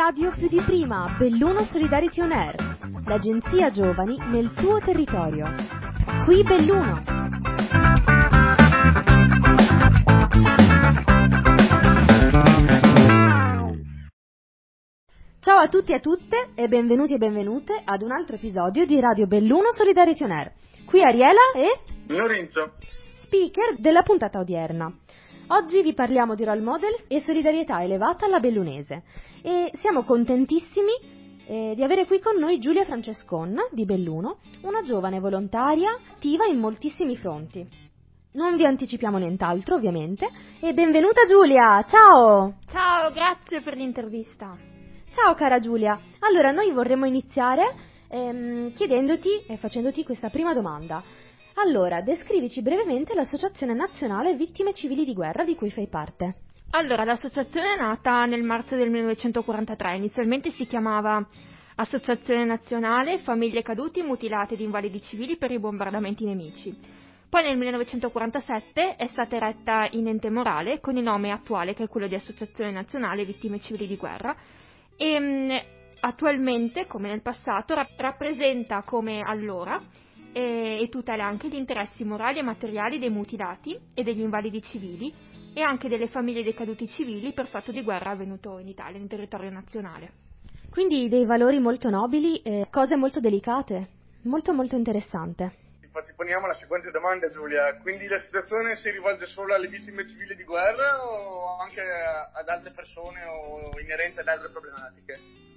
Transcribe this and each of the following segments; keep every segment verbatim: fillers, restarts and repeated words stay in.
radio più di prima, Belluno Solidarity On Air, l'agenzia giovani nel tuo territorio. Qui Belluno. Ciao a tutti e a tutte e benvenuti e benvenute ad un altro episodio di Radio Belluno Solidarity On Air. Qui Ariela e Lorenzo, speaker della puntata odierna. Oggi vi parliamo di role models e solidarietà elevata alla bellunese e siamo contentissimi eh, di avere qui con noi Giulia Francescon di Belluno, una giovane volontaria attiva in moltissimi fronti. Non vi anticipiamo nient'altro, ovviamente, e benvenuta Giulia, ciao! Ciao, grazie per l'intervista. Ciao cara Giulia, allora noi vorremmo iniziare ehm, chiedendoti e facendoti questa prima domanda. Allora, descrivici brevemente l'Associazione Nazionale Vittime Civili di Guerra di cui fai parte. Allora, l'associazione è nata nel marzo del millenovecentoquarantatré, inizialmente si chiamava Associazione Nazionale Famiglie Caduti, Mutilati ed Invalidi Civili per i Bombardamenti Nemici. Poi nel millenovecentoquarantasette è stata eretta in ente morale con il nome attuale che è quello di Associazione Nazionale Vittime Civili di Guerra e mh, attualmente, come nel passato, rap- rappresenta come allora e, e tutela anche gli interessi morali e materiali dei mutilati e degli invalidi civili e anche delle famiglie dei caduti civili per fatto di guerra avvenuto in Italia, in territorio nazionale. Quindi dei valori molto nobili e cose molto delicate, molto molto interessante. infatti poniamo la seguente domanda Giulia, quindi la situazione si rivolge solo alle vittime civili di guerra o anche ad altre persone o inerente ad altre problematiche?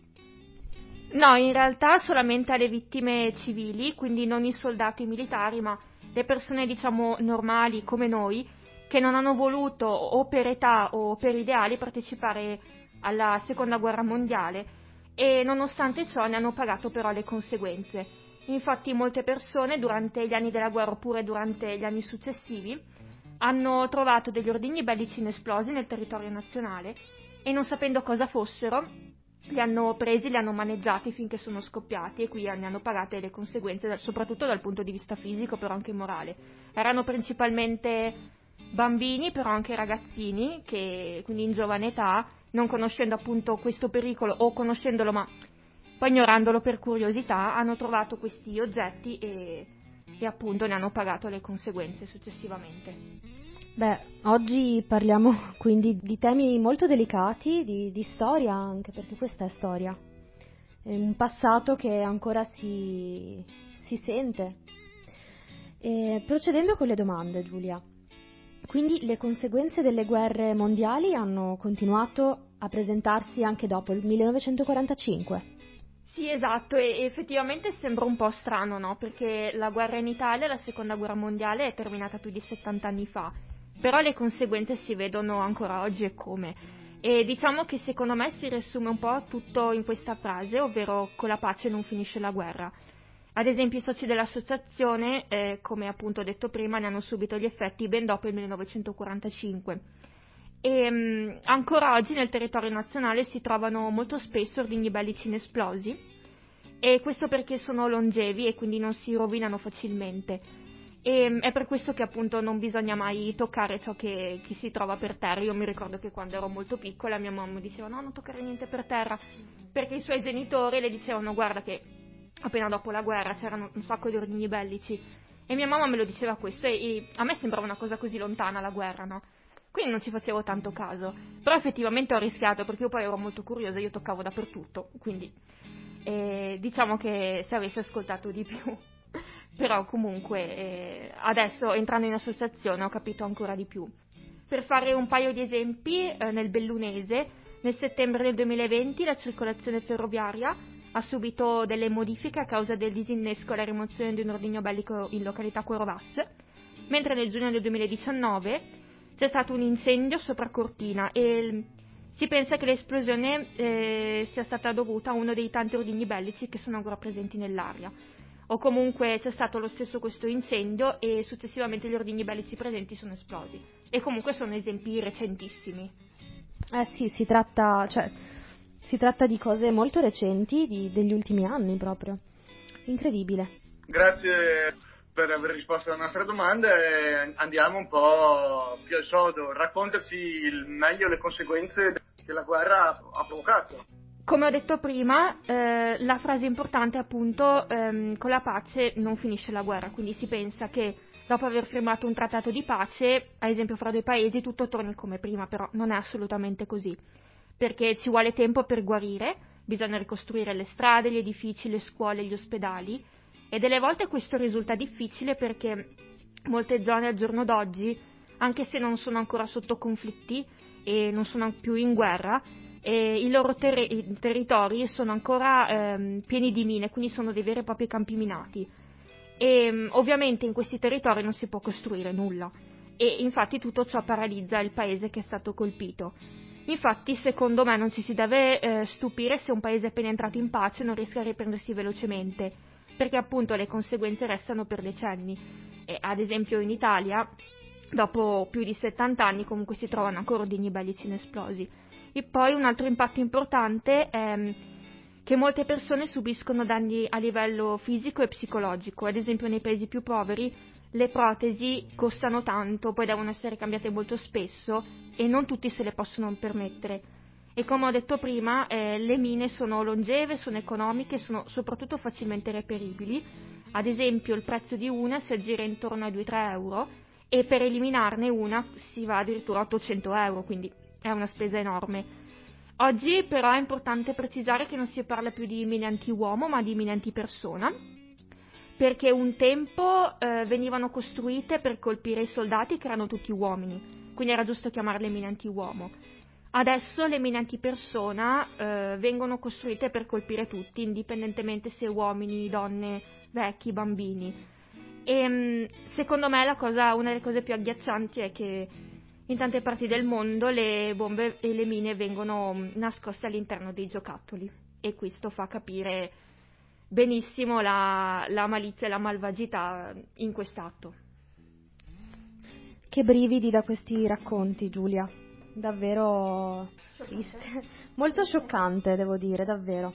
No, in realtà solamente alle vittime civili, quindi non i soldati militari, ma le persone diciamo normali come noi, che non hanno voluto o per età o per ideali partecipare alla seconda guerra mondiale e nonostante ciò ne hanno pagato però le conseguenze. Infatti molte persone durante gli anni della guerra oppure durante gli anni successivi hanno trovato degli ordigni bellici inesplosi nel territorio nazionale e non sapendo cosa fossero li hanno presi, li hanno maneggiati finché sono scoppiati e qui ne hanno pagate le conseguenze soprattutto dal punto di vista fisico però anche morale. Erano principalmente bambini però anche ragazzini che quindi in giovane età, non conoscendo appunto questo pericolo o conoscendolo ma poi ignorandolo per curiosità, hanno trovato questi oggetti e, e appunto ne hanno pagato le conseguenze successivamente. Beh, oggi parliamo quindi di temi molto delicati, di, di storia anche, perché questa è storia. È un passato che ancora si, si sente. E procedendo con le domande, Giulia. Quindi le conseguenze delle guerre mondiali hanno continuato a presentarsi anche dopo il millenovecentoquarantacinque. Sì, esatto, e effettivamente sembra un po' strano, no? Perché la guerra in Italia, la seconda guerra mondiale, è terminata più di settanta anni fa, però le conseguenze si vedono ancora oggi e come. E diciamo che secondo me si riassume un po' tutto in questa frase, ovvero con la pace non finisce la guerra. Ad esempio i soci dell'associazione, eh, come appunto detto prima, ne hanno subito gli effetti ben dopo il millenovecentoquarantacinque. E mh, ancora oggi nel territorio nazionale si trovano molto spesso ordigni bellici inesplosi e questo perché sono longevi e quindi non si rovinano facilmente e mh, è per questo che appunto non bisogna mai toccare ciò che, che si trova per terra. Io mi ricordo che quando ero molto piccola mia mamma mi diceva no, non toccare niente per terra perché i suoi genitori le dicevano guarda che appena dopo la guerra c'erano un sacco di ordigni bellici e mia mamma me lo diceva questo e, e a me sembrava una cosa così lontana la guerra, no? Quindi non ci facevo tanto caso, però effettivamente ho rischiato perché io poi ero molto curiosa, io toccavo dappertutto, quindi eh, diciamo che se avessi ascoltato di più, però comunque eh, adesso entrando in associazione ho capito ancora di più. Per fare un paio di esempi, eh, nel bellunese, nel settembre del duemilaventi la circolazione ferroviaria ha subito delle modifiche a causa del disinnesco e la rimozione di un ordigno bellico in località Cuorovasse, mentre nel giugno del duemiladiciannove c'è stato un incendio sopra Cortina e si pensa che l'esplosione eh, sia stata dovuta a uno dei tanti ordigni bellici che sono ancora presenti nell'aria. O comunque c'è stato lo stesso questo incendio e successivamente gli ordigni bellici presenti sono esplosi. E comunque sono esempi recentissimi. Eh sì, si tratta, cioè, si tratta di cose molto recenti, di, degli ultimi anni proprio. Incredibile. Grazie per aver risposto alla nostra domanda e andiamo un po' più al sodo. Raccontaci il meglio le conseguenze che la guerra ha provocato. come ho detto prima, eh, la frase importante è appunto ehm, con la pace non finisce la guerra, quindi si pensa che dopo aver firmato un trattato di pace, ad esempio fra due paesi, tutto torni come prima, però non è assolutamente così, perché ci vuole tempo per guarire, bisogna ricostruire le strade, gli edifici, le scuole, gli ospedali, e delle volte questo risulta difficile perché molte zone al giorno d'oggi, anche se non sono ancora sotto conflitti e non sono più in guerra, eh, i loro ter- i territori sono ancora ehm, pieni di mine, quindi sono dei veri e propri campi minati. E ovviamente in questi territori non si può costruire nulla e infatti tutto ciò paralizza il paese che è stato colpito. Infatti secondo me non ci si deve eh, stupire se un paese appena entrato in pace non riesca a riprendersi velocemente, perché appunto le conseguenze restano per decenni. E, ad esempio in Italia dopo più di settanta anni comunque si trovano ancora ordigni bellici inesplosi. E poi un altro impatto importante è che molte persone subiscono danni a livello fisico e psicologico. Ad esempio nei paesi più poveri le protesi costano tanto, poi devono essere cambiate molto spesso e non tutti se le possono permettere. E come ho detto prima, eh, le mine sono longeve, sono economiche, sono soprattutto facilmente reperibili. Ad esempio il prezzo di una si aggira intorno ai due tre euro e per eliminarne una si va addirittura a ottocento euro, quindi è una spesa enorme. Oggi però è importante precisare che non si parla più di mine anti-uomo ma di mine anti-persona, perché un tempo eh, venivano costruite per colpire i soldati che erano tutti uomini, quindi era giusto chiamarle mine anti-uomo. Adesso le mine antipersona eh, vengono costruite per colpire tutti, indipendentemente se uomini, donne, vecchi, bambini. E secondo me la cosa, una delle cose più agghiaccianti è che in tante parti del mondo le bombe e le mine vengono nascoste all'interno dei giocattoli e questo fa capire benissimo la, la malizia e la malvagità in quest'atto. Che brividi da questi racconti, Giulia. Davvero triste. Molto scioccante, devo dire, davvero.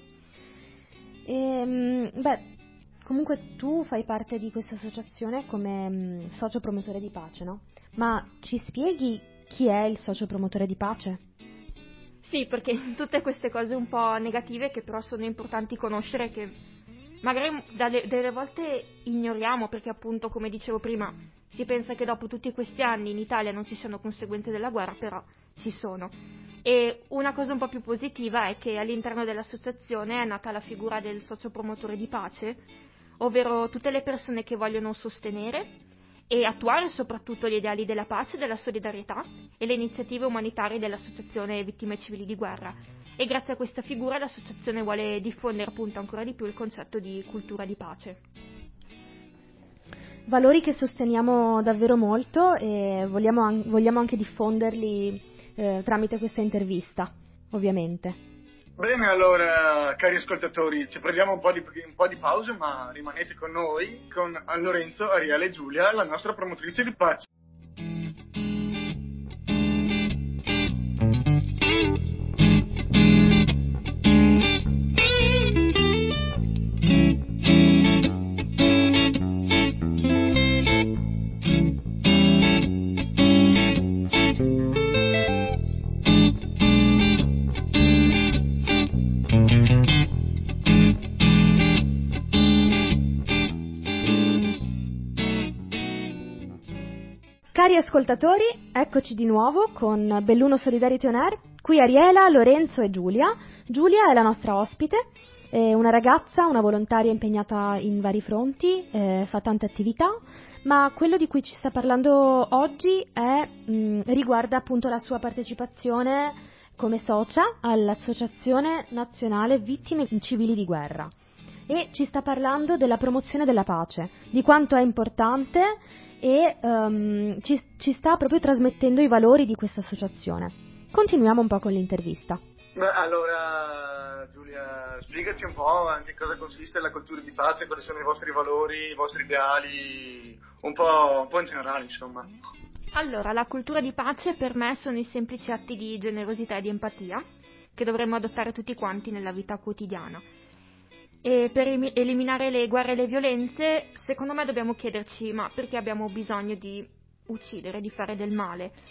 E, beh, comunque tu fai parte di questa associazione come mh, socio promotore di pace, no? Ma ci spieghi chi è il socio promotore di pace? Sì, perché tutte queste cose un po' negative che però sono importanti conoscere, che magari dalle, delle volte ignoriamo, perché appunto, come dicevo prima, si pensa che dopo tutti questi anni in Italia non ci siano conseguenze della guerra, però ci sono. E una cosa un po' più positiva è che all'interno dell'associazione è nata la figura del socio promotore di pace, ovvero tutte le persone che vogliono sostenere e attuare soprattutto gli ideali della pace, della solidarietà e le iniziative umanitarie dell'Associazione Vittime Civili di Guerra. E grazie a questa figura l'associazione vuole diffondere appunto ancora di più il concetto di cultura di pace. Valori che sosteniamo davvero molto e vogliamo, an- vogliamo anche diffonderli eh, tramite questa intervista, ovviamente. Bene, allora, cari ascoltatori, ci prendiamo un po' di, un po' di pausa, ma rimanete con noi, con Lorenzo, Ariele e Giulia, la nostra promotrice di pace. Cari ascoltatori, eccoci di nuovo con Belluno Solidarity On Air, qui Ariela, Lorenzo e Giulia. Giulia è la nostra ospite, è una ragazza, una volontaria impegnata in vari fronti, eh, fa tante attività, ma quello di cui ci sta parlando oggi è, mh, riguarda appunto la sua partecipazione come socia all'Associazione Nazionale Vittime Civili di Guerra e ci sta parlando della promozione della pace, di quanto è importante e um, ci, ci sta proprio trasmettendo i valori di questa associazione. Continuiamo un po' con l'intervista. Beh, allora Giulia, spiegaci un po' anche cosa consiste la cultura di pace, quali sono i vostri valori, i vostri ideali, un po', un po' in generale, insomma. Allora, la cultura di pace per me sono i semplici atti di generosità e di empatia che dovremmo adottare tutti quanti nella vita quotidiana. E per eliminare le guerre e le violenze, secondo me dobbiamo chiederci: ma perché abbiamo bisogno di uccidere, di fare del male?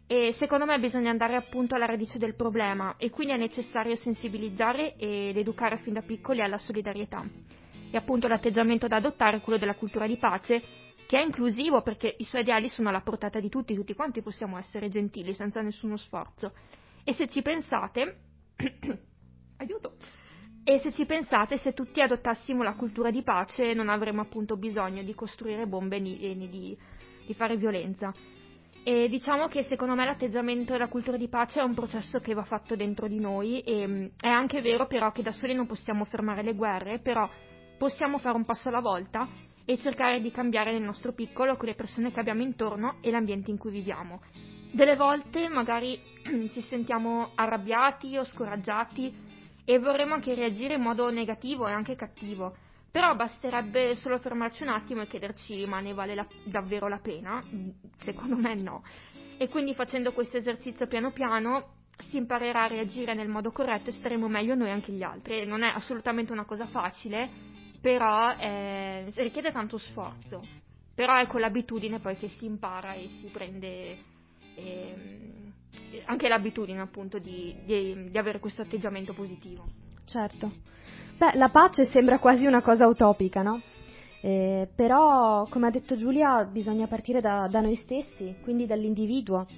E secondo me bisogna andare appunto alla radice del problema e quindi è necessario sensibilizzare ed educare fin da piccoli alla solidarietà. E appunto l'atteggiamento da adottare è quello della cultura di pace, che è inclusivo perché i suoi ideali sono alla portata di tutti, tutti quanti possiamo essere gentili senza nessuno sforzo. E se ci pensate, aiuto, e se ci pensate, se tutti adottassimo la cultura di pace non avremmo appunto bisogno di costruire bombe né di, di fare violenza. E diciamo che secondo me l'atteggiamento della cultura di pace è un processo che va fatto dentro di noi e è anche vero però che da soli non possiamo fermare le guerre, però possiamo fare un passo alla volta e cercare di cambiare nel nostro piccolo con le persone che abbiamo intorno e l'ambiente in cui viviamo. Delle volte magari ci sentiamo arrabbiati o scoraggiati e vorremmo anche reagire in modo negativo e anche cattivo, però basterebbe solo fermarci un attimo e chiederci ma ne vale la, davvero la pena? Secondo me no. E quindi facendo questo esercizio piano piano si imparerà a reagire nel modo corretto e staremo meglio noi e anche gli altri. Non è assolutamente una cosa facile, però eh, richiede tanto sforzo. Però è con l'abitudine poi che si impara e si prende eh, anche l'abitudine appunto di, di, di avere questo atteggiamento positivo. Certo. Beh, la pace sembra quasi una cosa utopica, no? Eh, però, come ha detto Giulia, bisogna partire da, da noi stessi, quindi dall'individuo.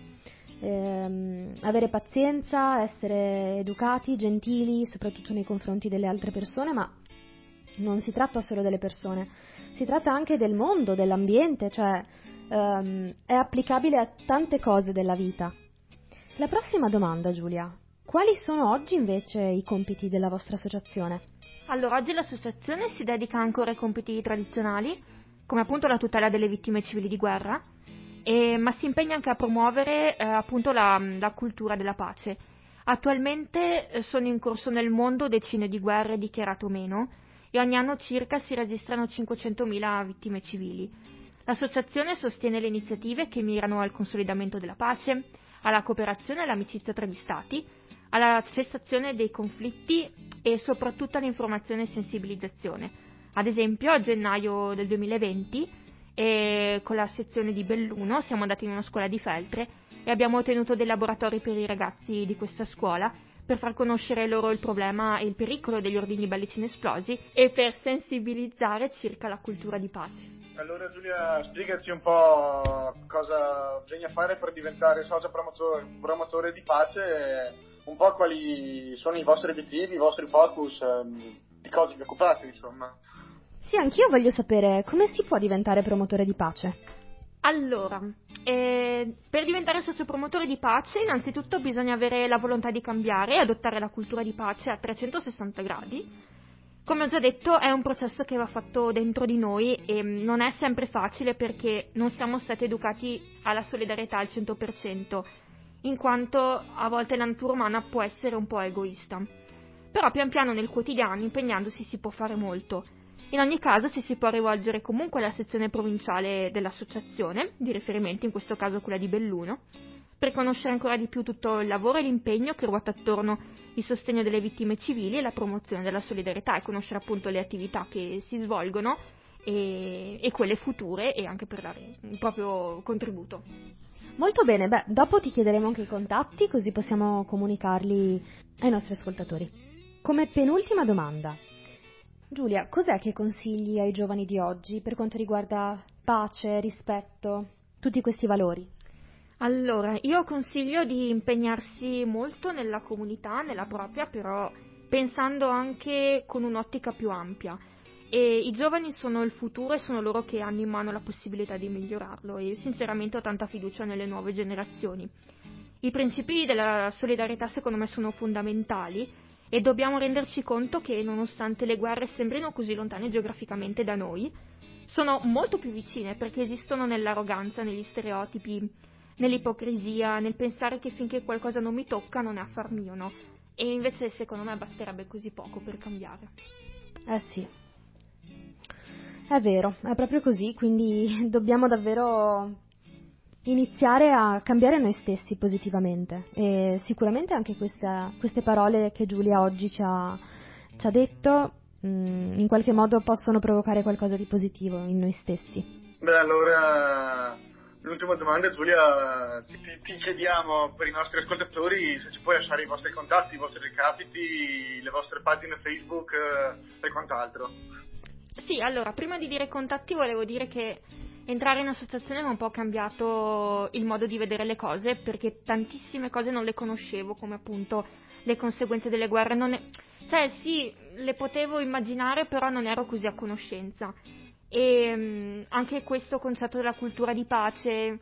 Eh, avere pazienza, essere educati, gentili, soprattutto nei confronti delle altre persone, ma non si tratta solo delle persone, si tratta anche del mondo, dell'ambiente, cioè ehm, è applicabile a tante cose della vita. La prossima domanda, Giulia, quali sono oggi invece i compiti della vostra associazione? Allora, oggi l'associazione si dedica ancora ai compiti tradizionali, come appunto la tutela delle vittime civili di guerra, e, ma si impegna anche a promuovere eh, appunto la, la cultura della pace. Attualmente eh, sono in corso nel mondo decine di guerre dichiarate o meno, e ogni anno circa si registrano cinquecentomila vittime civili. L'associazione sostiene le iniziative che mirano al consolidamento della pace, alla cooperazione e all'amicizia tra gli Stati, alla cessazione dei conflitti e soprattutto all'informazione e sensibilizzazione. Ad esempio, a gennaio del duemilaventi, eh, con la sezione di Belluno, siamo andati in una scuola di Feltre e abbiamo tenuto dei laboratori per i ragazzi di questa scuola per far conoscere loro il problema e il pericolo degli ordigni bellici inesplosi e per sensibilizzare circa la cultura di pace. Allora Giulia, spiegaci un po' cosa bisogna fare per diventare socio promotore, promotore di pace, e un po' quali sono i vostri obiettivi, i vostri focus, di cosa vi occupate, insomma. Sì, anch'io voglio sapere come si può diventare promotore di pace. Allora, eh, per diventare socio promotore di pace innanzitutto bisogna avere la volontà di cambiare e adottare la cultura di pace a trecentosessanta gradi. Come ho già detto, è un processo che va fatto dentro di noi e non è sempre facile perché non siamo stati educati alla solidarietà al cento per cento, in quanto a volte la natura umana può essere un po' egoista. Però pian piano nel quotidiano, impegnandosi, si può fare molto. In ogni caso ci si può rivolgere comunque alla sezione provinciale dell'associazione, di riferimento, in questo caso quella di Belluno, per conoscere ancora di più tutto il lavoro e l'impegno che ruota attorno il sostegno delle vittime civili e la promozione della solidarietà e conoscere appunto le attività che si svolgono e, e quelle future e anche per dare un proprio contributo. Molto bene, beh, dopo ti chiederemo anche i contatti così possiamo comunicarli ai nostri ascoltatori. Come penultima domanda, Giulia, cos'è che consigli ai giovani di oggi per quanto riguarda pace, rispetto, tutti questi valori? Allora, io consiglio di impegnarsi molto nella comunità, nella propria, però pensando anche con un'ottica più ampia. E i giovani sono il futuro e sono loro che hanno in mano la possibilità di migliorarlo e io sinceramente ho tanta fiducia nelle nuove generazioni. I principi della solidarietà secondo me sono fondamentali e dobbiamo renderci conto che nonostante le guerre sembrino così lontane geograficamente da noi, sono molto più vicine perché esistono nell'arroganza, negli stereotipi, nell'ipocrisia, nel pensare che finché qualcosa non mi tocca non è affar mio, no? E invece secondo me basterebbe così poco per cambiare. Eh sì, è vero, è proprio così, quindi dobbiamo davvero iniziare a cambiare noi stessi positivamente e sicuramente anche questa, queste parole che Giulia oggi ci ha, ci ha detto mh, in qualche modo possono provocare qualcosa di positivo in noi stessi. Beh, allora l'ultima domanda, Giulia, ti, ti chiediamo per i nostri ascoltatori se ci puoi lasciare i vostri contatti, i vostri recapiti, le vostre pagine Facebook eh, e quant'altro. Sì, allora, prima di dire contatti volevo dire che entrare in associazione mi ha un po' cambiato il modo di vedere le cose, perché tantissime cose non le conoscevo, come appunto le conseguenze delle guerre. Non è... Cioè sì, le potevo immaginare, però non ero così a conoscenza. E mh, anche questo concetto della cultura di pace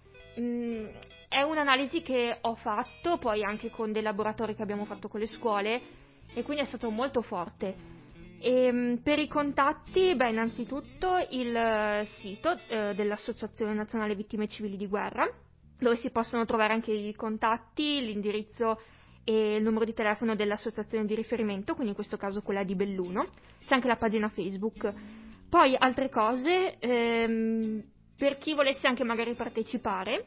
mh, è un'analisi che ho fatto poi anche con dei laboratori che abbiamo fatto con le scuole, e quindi è stato molto forte. E, mh, per i contatti, beh, innanzitutto il uh, sito eh, dell'Associazione Nazionale Vittime Civili di Guerra, dove si possono trovare anche i contatti, l'indirizzo e il numero di telefono dell'associazione di riferimento, quindi in questo caso quella di Belluno. C'è anche la pagina Facebook. Poi altre cose, ehm, per chi volesse anche magari partecipare,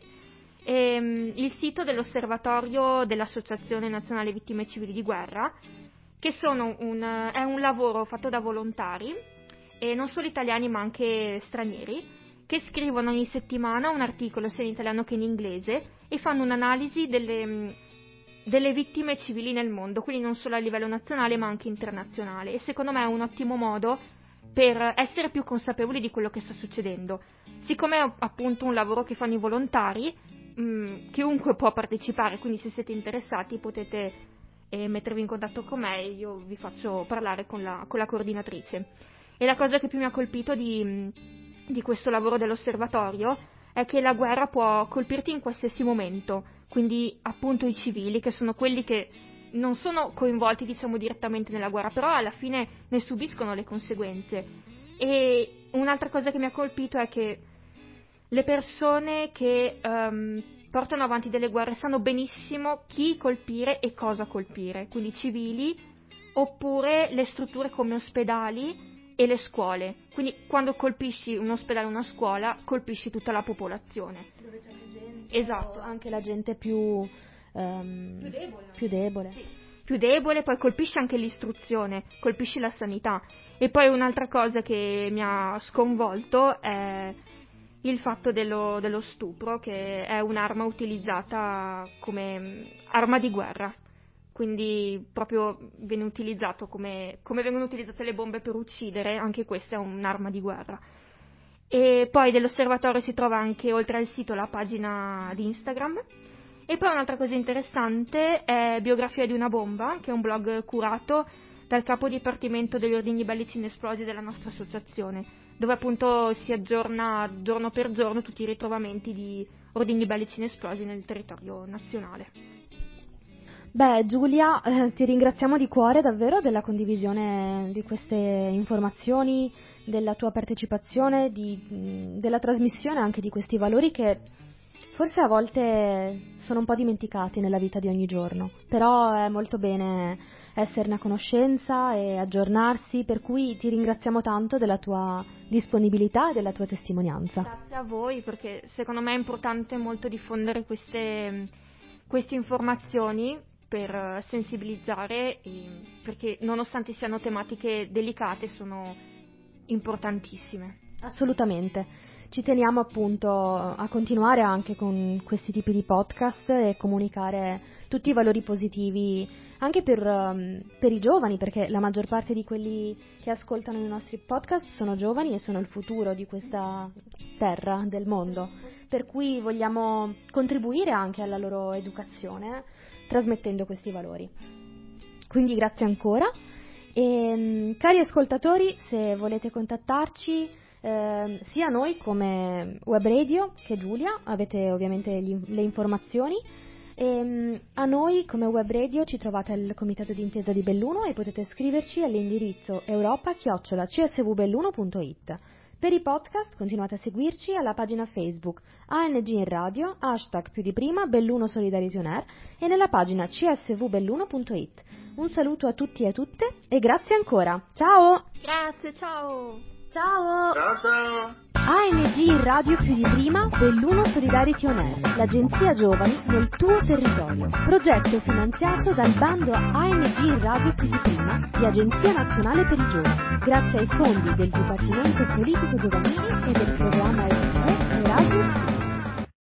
ehm, il sito dell'Osservatorio dell'Associazione Nazionale Vittime Civili di Guerra, che sono un, è un lavoro fatto da volontari, e non solo italiani ma anche stranieri, che scrivono ogni settimana un articolo sia in italiano che in inglese e fanno un'analisi delle, delle vittime civili nel mondo, quindi non solo a livello nazionale ma anche internazionale, e secondo me è un ottimo modo per essere più consapevoli di quello che sta succedendo. Siccome è appunto un lavoro che fanno i volontari, mh, chiunque può partecipare, quindi se siete interessati potete eh, mettervi in contatto con me e io vi faccio parlare con la, con la coordinatrice. E la cosa che più mi ha colpito di, di questo lavoro dell'osservatorio è che la guerra può colpirti in qualsiasi momento, quindi appunto i civili, che sono quelli che non sono coinvolti diciamo direttamente nella guerra, però alla fine ne subiscono le conseguenze. E un'altra cosa che mi ha colpito è che le persone che um, portano avanti delle guerre sanno benissimo chi colpire e cosa colpire, quindi civili oppure le strutture come ospedali e le scuole. Quindi quando colpisci un ospedale o una scuola colpisci tutta la popolazione. Dove c'è più gente, esatto, anche la gente più Um, più debole, più debole. Sì. più debole, poi colpisce anche l'istruzione, colpisci la sanità. E poi un'altra cosa che mi ha sconvolto è il fatto dello, dello stupro, che è un'arma utilizzata come arma di guerra, quindi proprio viene utilizzato come, come vengono utilizzate le bombe per uccidere, anche questa è un'arma di guerra. E poi dell'osservatorio si trova anche, oltre al sito, la pagina di Instagram. E poi un'altra cosa interessante è Biografia di una bomba, che è un blog curato dal capo dipartimento degli ordigni bellici inesplosi della nostra associazione, dove appunto si aggiorna giorno per giorno tutti i ritrovamenti di ordigni bellici inesplosi nel territorio nazionale. Beh, Giulia, eh, ti ringraziamo di cuore davvero della condivisione di queste informazioni, della tua partecipazione, di, mh, della trasmissione anche di questi valori che forse a volte sono un po' dimenticati nella vita di ogni giorno, però è molto bene esserne a conoscenza e aggiornarsi, per cui ti ringraziamo tanto della tua disponibilità e della tua testimonianza. Grazie a voi, perché secondo me è importante molto diffondere queste, queste informazioni per sensibilizzare, perché nonostante siano tematiche delicate sono importantissime. Assolutamente. Ci teniamo appunto a continuare anche con questi tipi di podcast e comunicare tutti i valori positivi anche per, um, per i giovani, perché la maggior parte di quelli che ascoltano i nostri podcast sono giovani e sono il futuro di questa terra, del mondo, per cui vogliamo contribuire anche alla loro educazione trasmettendo questi valori. Quindi grazie ancora e cari ascoltatori, se volete contattarci Eh, sia noi come Web Radio che Giulia, avete ovviamente gli, le informazioni, e, um, a noi come Web Radio ci trovate al Comitato d'Intesa di Belluno e potete scriverci all'indirizzo europa chiocciola c s v belluno punto i t. Per i podcast continuate a seguirci alla pagina Facebook A N G in Radio, hashtag più di prima, Belluno Solidarity On Air, e nella pagina c s v belluno punto i t. Un saluto a tutti e a tutte e grazie ancora. Ciao! Grazie, ciao! Ciao! Ciao ciao! A N G in Radio più di prima, Belluno Solidarity On Air, l'agenzia giovani nel tuo territorio. Progetto finanziato dal bando A N G in Radio più di prima di Agenzia Nazionale per i Giovani, grazie ai fondi del Dipartimento Politico Giovanili e del programma europeo Erasmus.